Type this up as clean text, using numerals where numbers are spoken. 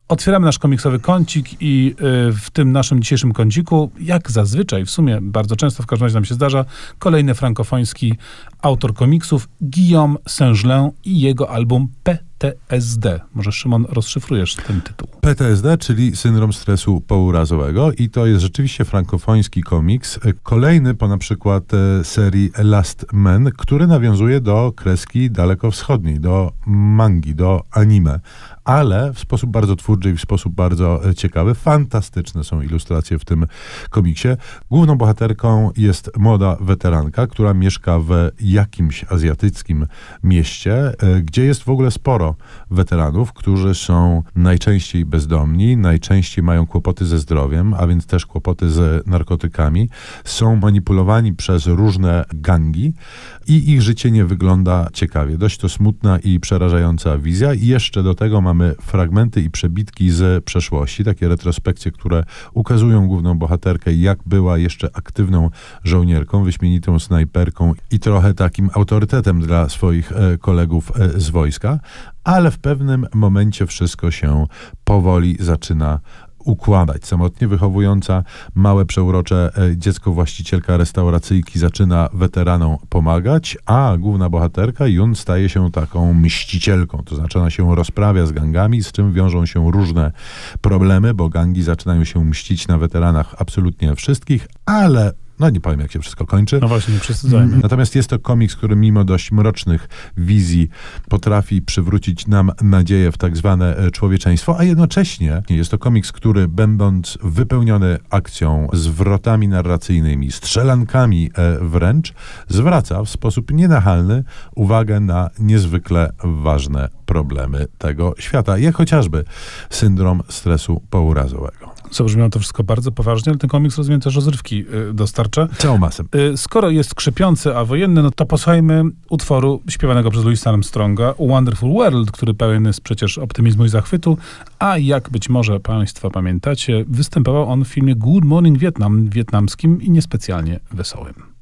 Otwieramy nasz komiksowy kącik i w tym naszym dzisiejszym kąciku, jak zazwyczaj, w sumie bardzo często w każdym razie nam się zdarza, kolejny frankofoński autor komiksów Guillaume Saint-Gelais i jego album PTSD. Może, Szymon, rozszyfrujesz ten tytuł? PTSD, czyli syndrom stresu pourazowego, i to jest rzeczywiście frankofoński komiks. Kolejny po na przykład serii Last Man, który nawiązuje do kreski dalekowschodniej, do mangi, do anime, ale w sposób bardzo twórczy i w sposób bardzo ciekawy. Fantastyczne są ilustracje w tym komiksie. Główną bohaterką jest młoda weteranka, która mieszka w jakimś azjatyckim mieście, gdzie jest w ogóle sporo weteranów, którzy są najczęściej bezdomni, najczęściej mają kłopoty ze zdrowiem, a więc też kłopoty z narkotykami, są manipulowani przez różne gangi i ich życie nie wygląda ciekawie. Dość to smutna i przerażająca wizja i jeszcze do tego mamy fragmenty i przebitki z przeszłości, takie retrospekcje, które ukazują główną bohaterkę, jak była jeszcze aktywną żołnierką, wyśmienitą snajperką i trochę takim autorytetem dla swoich kolegów z wojska, ale w pewnym momencie wszystko się powoli zaczyna układać. Samotnie wychowująca małe, przeurocze dziecko właścicielka restauracyjki zaczyna weteranom pomagać, a główna bohaterka Jun staje się taką mścicielką. To znaczy ona się rozprawia z gangami, z czym wiążą się różne problemy, bo gangi zaczynają się mścić na weteranach absolutnie wszystkich, ale no nie powiem, jak się wszystko kończy. No właśnie, nie przesadzajmy. Natomiast jest to komiks, który mimo dość mrocznych wizji potrafi przywrócić nam nadzieję w tak zwane człowieczeństwo, a jednocześnie jest to komiks, który będąc wypełniony akcją, zwrotami narracyjnymi, strzelankami wręcz, zwraca w sposób nienachalny uwagę na niezwykle ważne problemy tego świata, jak chociażby syndrom stresu pourazowego. Zabrzmiało to wszystko bardzo poważnie, ale ten komiks, rozumiem, też rozrywki dostarcza. Całą masę. Skoro jest krzepiący, a wojenny, no to posłuchajmy utworu śpiewanego przez Louisa Armstronga, Wonderful World, który pełen jest przecież optymizmu i zachwytu, a jak być może państwo pamiętacie, występował on w filmie Good Morning Vietnam, wietnamskim i niespecjalnie wesołym.